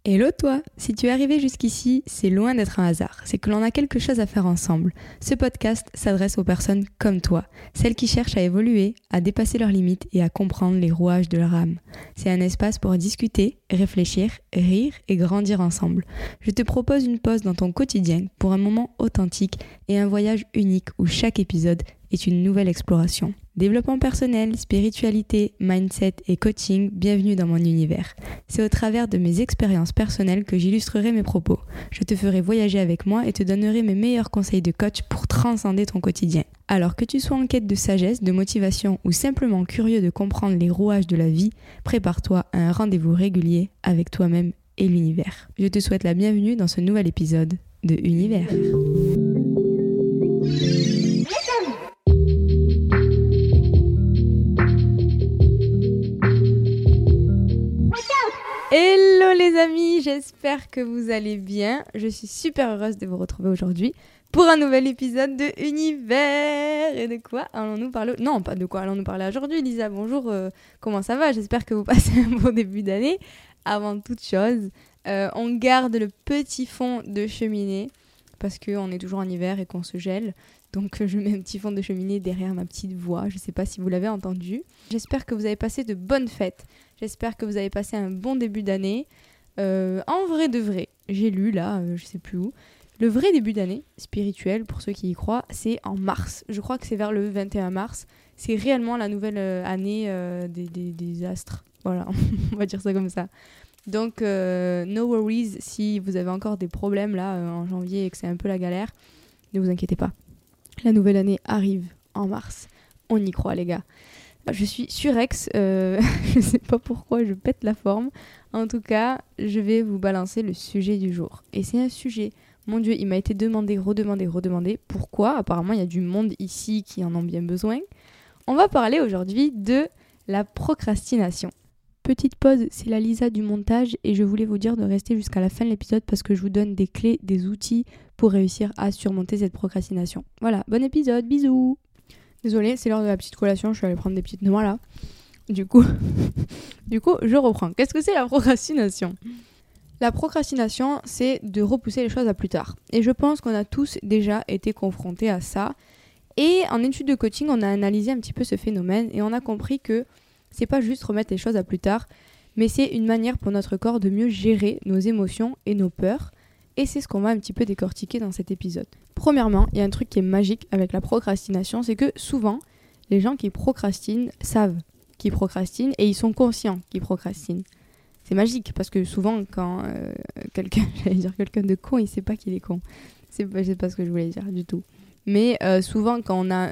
Hello toi! Si tu es arrivé jusqu'ici, c'est loin d'être un hasard, c'est que l'on a quelque chose à faire ensemble. Ce podcast s'adresse aux personnes comme toi, celles qui cherchent à évoluer, à dépasser leurs limites et à comprendre les rouages de leur âme. C'est un espace pour discuter, réfléchir, rire et grandir ensemble. Je te propose une pause dans ton quotidien pour un moment authentique et un voyage unique où chaque épisode est une nouvelle exploration. Développement personnel, spiritualité, mindset et coaching, bienvenue dans mon univers. C'est au travers de mes expériences personnelles que j'illustrerai mes propos. Je te ferai voyager avec moi et te donnerai mes meilleurs conseils de coach pour transcender ton quotidien. Alors que tu sois en quête de sagesse, de motivation ou simplement curieux de comprendre les rouages de la vie, prépare-toi à un rendez-vous régulier avec toi-même et l'univers. Je te souhaite la bienvenue dans ce nouvel épisode de Univers. Hello les amis, j'espère que vous allez bien. Je suis super heureuse de vous retrouver aujourd'hui pour un nouvel épisode de Univers. Et de quoi allons-nous parler? Non, pas de quoi allons-nous parler aujourd'hui, Lisa. Bonjour, comment ça va? J'espère que vous passez un bon début d'année. Avant toute chose, on garde le petit fond de cheminée parce qu'on est toujours en hiver et qu'on se gèle. Donc je mets un petit fond de cheminée derrière ma petite voix. Je ne sais pas si vous l'avez entendu. J'espère que vous avez passé de bonnes fêtes. J'espère que vous avez passé un bon début d'année. En vrai de vrai, j'ai lu là, je sais plus où. Le vrai début d'année spirituel, pour ceux qui y croient, c'est en mars. Je crois que c'est vers le 21 mars. C'est réellement la nouvelle année des astres. Voilà, on va dire ça comme ça. Donc, no worries si vous avez encore des problèmes là en janvier et que c'est un peu la galère. Ne vous inquiétez pas. La nouvelle année arrive en mars. On y croit les gars. Je suis surex, je sais pas pourquoi je pète la forme. En tout cas, je vais vous balancer le sujet du jour. Et c'est un sujet, mon Dieu, il m'a été demandé, redemandé. Pourquoi? Apparemment, il y a du monde ici qui en ont bien besoin. On va parler aujourd'hui de la procrastination. Petite pause, c'est la Lisa du montage et je voulais vous dire de rester jusqu'à la fin de l'épisode parce que je vous donne des clés, des outils pour réussir à surmonter cette procrastination. Voilà, bon épisode, bisous! Désolée, c'est l'heure de la petite collation, je suis allée prendre des petites noix là. Du coup, je reprends. Qu'est-ce que c'est la procrastination? La procrastination, c'est de repousser les choses à plus tard. Et je pense qu'on a tous déjà été confrontés à ça. Et en études de coaching, on a analysé un petit peu ce phénomène et on a compris que c'est pas juste remettre les choses à plus tard, mais c'est une manière pour notre corps de mieux gérer nos émotions et nos peurs. Et c'est ce qu'on va un petit peu décortiquer dans cet épisode. Premièrement, il y a un truc qui est magique avec la procrastination, c'est que souvent, les gens qui procrastinent savent qu'ils procrastinent et ils sont conscients qu'ils procrastinent. C'est magique parce que souvent, quand quelqu'un de con, il sait pas qu'il est con. C'est pas ce que je voulais dire du tout. Mais souvent, quand on a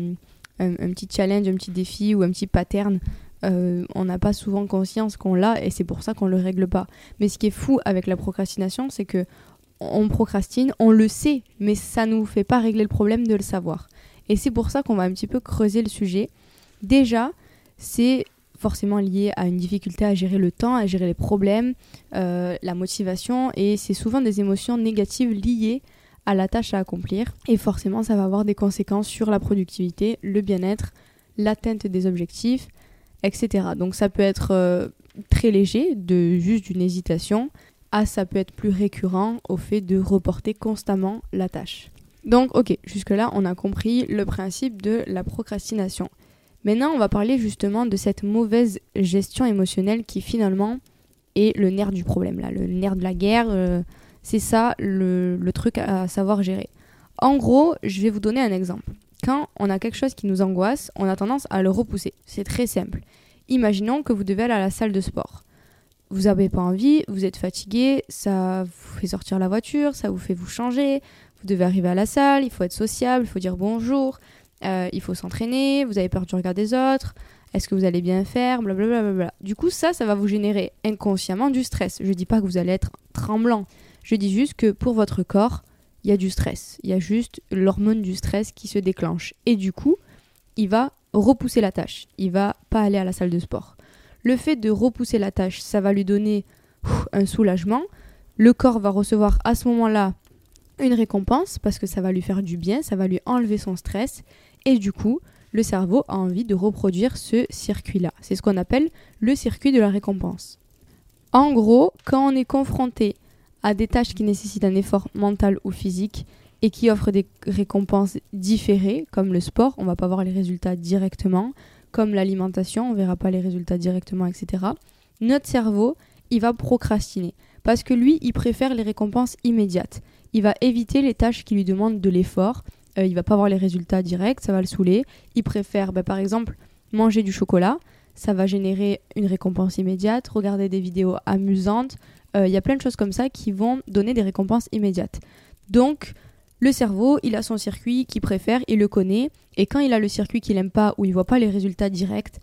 un petit challenge, un petit défi ou un petit pattern, on n'a pas souvent conscience qu'on l'a et c'est pour ça qu'on le règle pas. Mais ce qui est fou avec la procrastination, c'est que on procrastine, on le sait, mais ça nous fait pas régler le problème de le savoir. Et c'est pour ça qu'on va un petit peu creuser le sujet. Déjà, c'est forcément lié à une difficulté à gérer le temps, à gérer les problèmes, la motivation, et c'est souvent des émotions négatives liées à la tâche à accomplir. Et forcément, ça va avoir des conséquences sur la productivité, le bien-être, l'atteinte des objectifs, etc. Donc ça peut être très léger, juste d'une hésitation, ça peut être plus récurrent au fait de reporter constamment la tâche. Donc ok, jusque-là on a compris le principe de la procrastination. Maintenant on va parler justement de cette mauvaise gestion émotionnelle qui finalement est le nerf du problème, là, le nerf de la guerre, c'est ça le truc à savoir gérer. En gros, je vais vous donner un exemple. Quand on a quelque chose qui nous angoisse, on a tendance à le repousser. C'est très simple. Imaginons que vous devez aller à la salle de sport. Vous n'avez pas envie, vous êtes fatigué, ça vous fait sortir la voiture, ça vous fait vous changer, vous devez arriver à la salle, il faut être sociable, il faut dire bonjour, il faut s'entraîner, vous avez peur du regard des autres, est-ce que vous allez bien faire, blablabla. Du coup, ça va vous générer inconsciemment du stress. Je ne dis pas que vous allez être tremblant, je dis juste que pour votre corps, il y a du stress, il y a juste l'hormone du stress qui se déclenche. Et du coup, il va repousser la tâche, il va pas aller à la salle de sport. Le fait de repousser la tâche, ça va lui donner un soulagement. Le corps va recevoir à ce moment-là une récompense parce que ça va lui faire du bien, ça va lui enlever son stress. Et du coup, le cerveau a envie de reproduire ce circuit-là. C'est ce qu'on appelle le circuit de la récompense. En gros, quand on est confronté à des tâches qui nécessitent un effort mental ou physique et qui offrent des récompenses différées, comme le sport, on ne va pas voir les résultats directement, comme l'alimentation, on ne verra pas les résultats directement, etc. Notre cerveau, il va procrastiner parce que lui, il préfère les récompenses immédiates. Il va éviter les tâches qui lui demandent de l'effort. Il ne va pas voir les résultats directs, ça va le saouler. Il préfère, par exemple, manger du chocolat. Ça va générer une récompense immédiate. Regarder des vidéos amusantes. Il y a plein de choses comme ça qui vont donner des récompenses immédiates. Donc, le cerveau, il a son circuit qu'il préfère, il le connaît. Et quand il a le circuit qu'il n'aime pas, où il ne voit pas les résultats directs,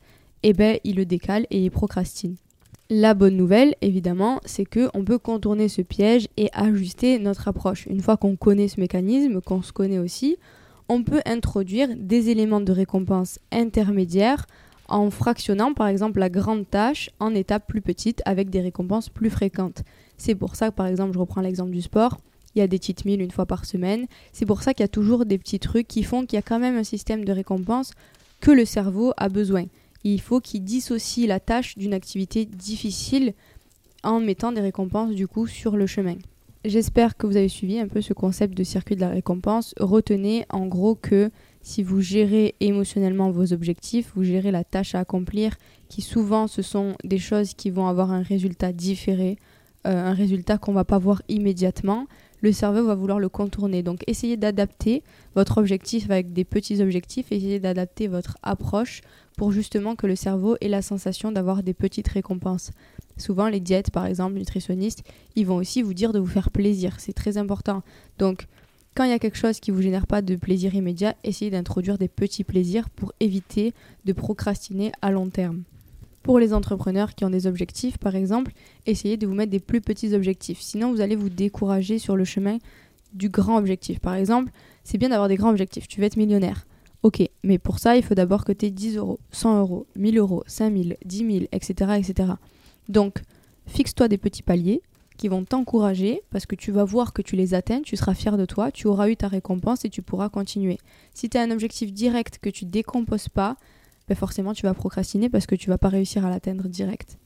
il le décale et il procrastine. La bonne nouvelle, évidemment, c'est qu'on peut contourner ce piège et ajuster notre approche. Une fois qu'on connaît ce mécanisme, qu'on se connaît aussi, on peut introduire des éléments de récompense intermédiaires en fractionnant par exemple la grande tâche en étapes plus petites avec des récompenses plus fréquentes. C'est pour ça que par exemple, je reprends l'exemple du sport, il y a des cheat meals une fois par semaine. C'est pour ça qu'il y a toujours des petits trucs qui font qu'il y a quand même un système de récompense que le cerveau a besoin. Il faut qu'il dissocie la tâche d'une activité difficile en mettant des récompenses du coup sur le chemin. J'espère que vous avez suivi un peu ce concept de circuit de la récompense. Retenez en gros que si vous gérez émotionnellement vos objectifs, vous gérez la tâche à accomplir, qui souvent ce sont des choses qui vont avoir un résultat différé, un résultat qu'on ne va pas voir immédiatement, le cerveau va vouloir le contourner. Donc essayez d'adapter votre objectif avec des petits objectifs, essayez d'adapter votre approche pour justement que le cerveau ait la sensation d'avoir des petites récompenses. Souvent les diètes par exemple, nutritionnistes, ils vont aussi vous dire de vous faire plaisir, c'est très important. Donc quand il y a quelque chose qui ne vous génère pas de plaisir immédiat, essayez d'introduire des petits plaisirs pour éviter de procrastiner à long terme. Pour les entrepreneurs qui ont des objectifs, par exemple, essayez de vous mettre des plus petits objectifs. Sinon, vous allez vous décourager sur le chemin du grand objectif. Par exemple, c'est bien d'avoir des grands objectifs. Tu veux être millionnaire. Ok, mais pour ça, il faut d'abord que tu aies 10 euros, 100 euros, 1000 euros, 5000, 10 000, etc., etc. Donc, fixe-toi des petits paliers qui vont t'encourager parce que tu vas voir que tu les atteins, tu seras fier de toi, tu auras eu ta récompense et tu pourras continuer. Si tu as un objectif direct que tu ne décomposes pas, forcément tu vas procrastiner parce que tu vas pas réussir à l'atteindre direct.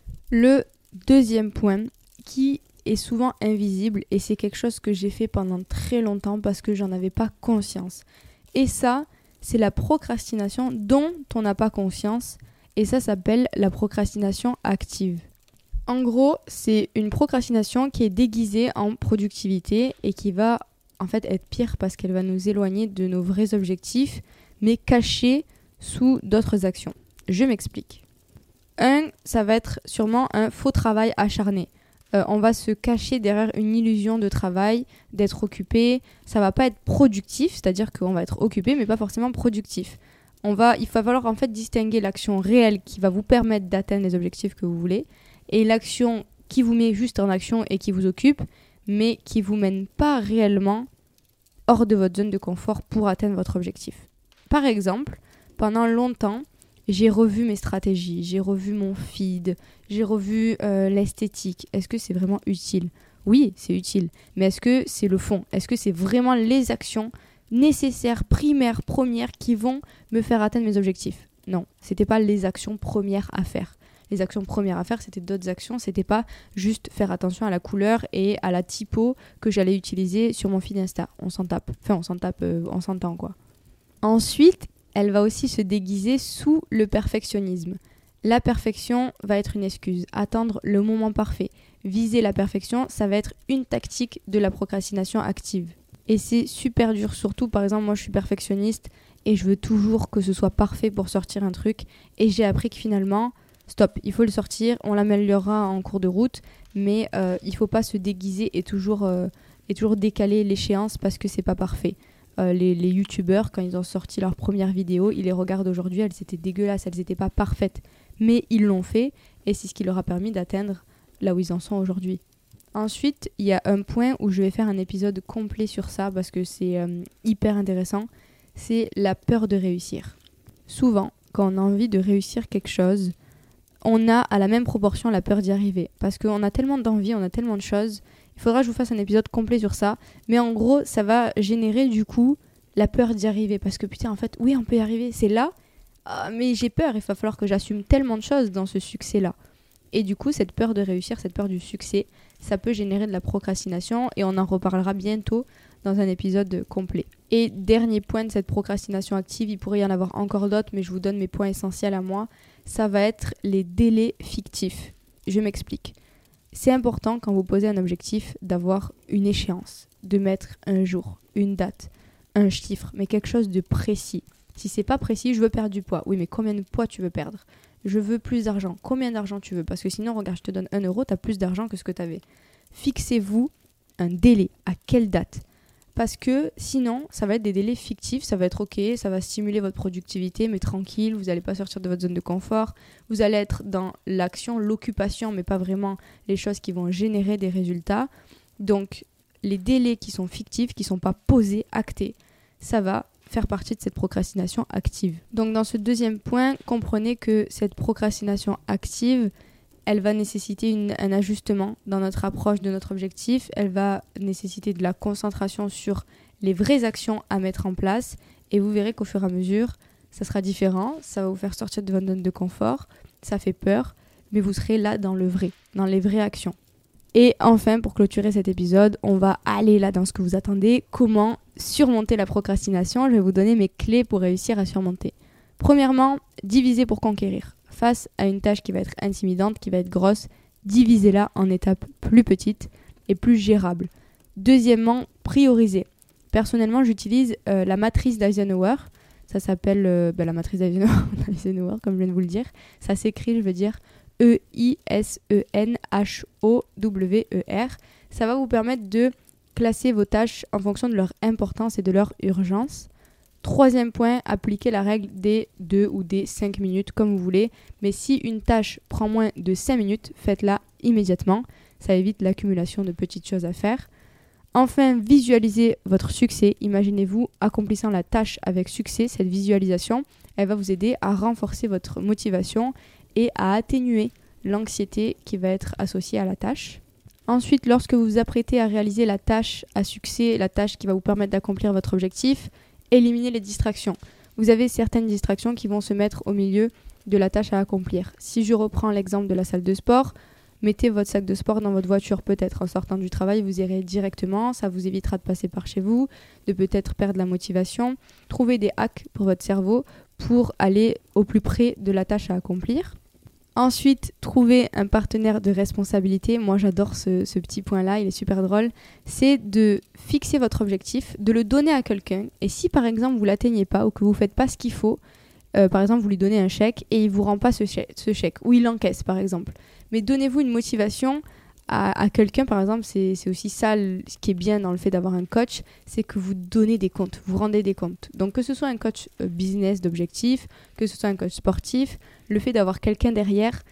Le deuxième point qui est souvent invisible et c'est quelque chose que j'ai fait pendant très longtemps parce que j'en avais pas conscience. Et ça, c'est la procrastination dont on n'a pas conscience et ça s'appelle la procrastination active. En gros, c'est une procrastination qui est déguisée en productivité et qui va en fait être pire parce qu'elle va nous éloigner de nos vrais objectifs mais cachée sous d'autres actions. Je m'explique. Ça va être sûrement un faux travail acharné. On va se cacher derrière une illusion de travail, d'être occupé. Ça va pas être productif, c'est-à-dire qu'on va être occupé, mais pas forcément productif. Il va falloir en fait distinguer l'action réelle qui va vous permettre d'atteindre les objectifs que vous voulez et l'action qui vous met juste en action et qui vous occupe, mais qui vous mène pas réellement hors de votre zone de confort pour atteindre votre objectif. Par exemple, pendant longtemps, j'ai revu mes stratégies, j'ai revu mon feed, j'ai revu l'esthétique. Est-ce que c'est vraiment utile ? Oui, c'est utile. Mais est-ce que c'est le fond ? Est-ce que c'est vraiment les actions nécessaires, primaires, premières qui vont me faire atteindre mes objectifs ? Non, c'était pas les actions premières à faire. Les actions premières à faire, c'était d'autres actions. C'était pas juste faire attention à la couleur et à la typo que j'allais utiliser sur mon feed Insta. On s'entend quoi. Ensuite, elle va aussi se déguiser sous le perfectionnisme. La perfection va être une excuse. Attendre le moment parfait. Viser la perfection, ça va être une tactique de la procrastination active. Et c'est super dur. Surtout, par exemple, moi je suis perfectionniste et je veux toujours que ce soit parfait pour sortir un truc. Et j'ai appris que finalement, stop, il faut le sortir, on l'améliorera en cours de route, mais il ne faut pas se déguiser et toujours décaler l'échéance parce que c'est pas parfait. Les youtubeurs, quand ils ont sorti leur première vidéo, ils les regardent aujourd'hui, elles étaient dégueulasses, elles n'étaient pas parfaites. Mais ils l'ont fait et c'est ce qui leur a permis d'atteindre là où ils en sont aujourd'hui. Ensuite, il y a un point où je vais faire un épisode complet sur ça parce que c'est hyper intéressant. C'est la peur de réussir. Souvent, quand on a envie de réussir quelque chose, on a à la même proportion la peur d'y arriver. Parce qu'on a tellement d'envie, on a tellement de choses. Il faudra que je vous fasse un épisode complet sur ça. Mais en gros, ça va générer du coup la peur d'y arriver. Parce que putain, en fait, oui, on peut y arriver. C'est là. Mais j'ai peur. Il va falloir que j'assume tellement de choses dans ce succès-là. Et du coup, cette peur de réussir, cette peur du succès, ça peut générer de la procrastination et on en reparlera bientôt dans un épisode complet. Et dernier point de cette procrastination active, il pourrait y en avoir encore d'autres, mais je vous donne mes points essentiels à moi, ça va être les délais fictifs. Je m'explique. C'est important quand vous posez un objectif d'avoir une échéance, de mettre un jour, une date, un chiffre, mais quelque chose de précis. Si c'est pas précis, je veux perdre du poids. Oui, mais combien de poids tu veux perdre ? Je veux plus d'argent. Combien d'argent tu veux ? Parce que sinon, regarde, je te donne 1 euro, tu as plus d'argent que ce que tu avais. Fixez-vous un délai. À quelle date ? Parce que sinon, ça va être des délais fictifs, ça va être ok, ça va stimuler votre productivité, mais tranquille, vous n'allez pas sortir de votre zone de confort. Vous allez être dans l'action, l'occupation, mais pas vraiment les choses qui vont générer des résultats. Donc, les délais qui sont fictifs, qui ne sont pas posés, actés, ça va faire partie de cette procrastination active. Donc dans ce deuxième point, comprenez que cette procrastination active, elle va nécessiter un ajustement dans notre approche de notre objectif, elle va nécessiter de la concentration sur les vraies actions à mettre en place et vous verrez qu'au fur et à mesure, ça sera différent, ça va vous faire sortir de votre zone de confort, ça fait peur, mais vous serez là dans le vrai, dans les vraies actions. Et enfin, pour clôturer cet épisode, on va aller là dans ce que vous attendez. Comment surmonter la procrastination ? Je vais vous donner mes clés pour réussir à surmonter. Premièrement, diviser pour conquérir. Face à une tâche qui va être intimidante, qui va être grosse, divisez-la en étapes plus petites et plus gérables. Deuxièmement, prioriser. Personnellement, j'utilise la matrice d'Eisenhower. Ça s'appelle la matrice d'Eisenhower, comme je viens de vous le dire. Ça s'écrit, je veux dire, Eisenhower. Ça va vous permettre de classer vos tâches en fonction de leur importance et de leur urgence. Troisième point, appliquez la règle des 2 ou des 5 minutes, comme vous voulez. Mais si une tâche prend moins de 5 minutes, faites-la immédiatement. Ça évite l'accumulation de petites choses à faire. Enfin, visualisez votre succès. Imaginez-vous accomplissant la tâche avec succès. Cette visualisation, elle va vous aider à renforcer votre motivation et à atténuer l'anxiété qui va être associée à la tâche. Ensuite, lorsque vous vous apprêtez à réaliser la tâche à succès, la tâche qui va vous permettre d'accomplir votre objectif, éliminez les distractions. Vous avez certaines distractions qui vont se mettre au milieu de la tâche à accomplir. Si je reprends l'exemple de la salle de sport, mettez votre sac de sport dans votre voiture peut-être. En sortant du travail, vous irez directement, ça vous évitera de passer par chez vous, de peut-être perdre la motivation. Trouvez des hacks pour votre cerveau pour aller au plus près de la tâche à accomplir. Ensuite, trouvez un partenaire de responsabilité. Moi, j'adore ce petit point-là, il est super drôle. C'est de fixer votre objectif, de le donner à quelqu'un. Et si, par exemple, vous ne l'atteignez pas ou que vous ne faites pas ce qu'il faut, par exemple, vous lui donnez un chèque et il ne vous rend pas ce chèque, ou il l'encaisse, par exemple. Mais donnez-vous une motivation à quelqu'un, par exemple, c'est aussi ça ce qui est bien dans le fait d'avoir un coach, c'est que vous donnez des comptes, vous rendez des comptes. Donc que ce soit un coach business d'objectifs, que ce soit un coach sportif, le fait d'avoir quelqu'un derrière,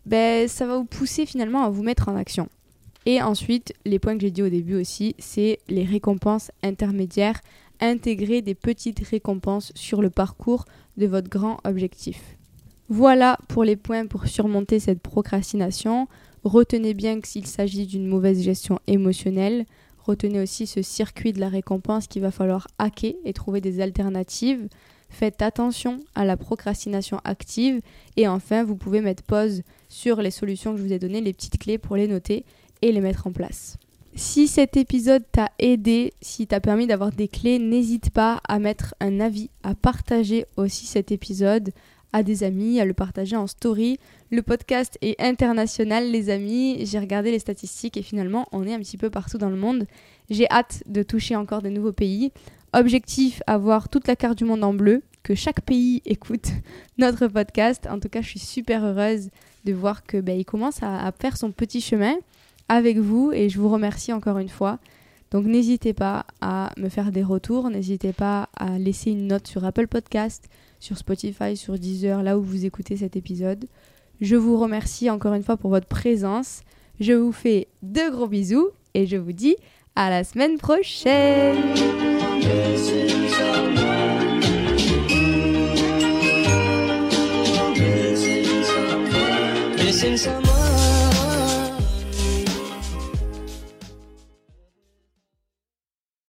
ça va vous pousser finalement à vous mettre en action. Et ensuite, les points que j'ai dit au début aussi, c'est les récompenses intermédiaires, intégrer des petites récompenses sur le parcours de votre grand objectif. Voilà pour les points pour surmonter cette procrastination. Retenez bien que s'il s'agit d'une mauvaise gestion émotionnelle, retenez aussi ce circuit de la récompense qu'il va falloir hacker et trouver des alternatives. Faites attention à la procrastination active et enfin, vous pouvez mettre pause sur les solutions que je vous ai données, les petites clés pour les noter et les mettre en place. Si cet épisode t'a aidé, si t'a permis d'avoir des clés, n'hésite pas à mettre un avis, à partager aussi cet épisode à des amis, à le partager en story. Le podcast est international, les amis. J'ai regardé les statistiques et finalement, on est un petit peu partout dans le monde. J'ai hâte de toucher encore de nouveaux pays. Objectif, avoir toute la carte du monde en bleu, que chaque pays écoute notre podcast. En tout cas, je suis super heureuse de voir que il commence à faire son petit chemin avec vous et je vous remercie encore une fois. Donc n'hésitez pas à me faire des retours, n'hésitez pas à laisser une note sur Apple Podcast, sur Spotify, sur Deezer, là où vous écoutez cet épisode. Je vous remercie encore une fois pour votre présence. Je vous fais de gros bisous et je vous dis à la semaine prochaine. Missing someone.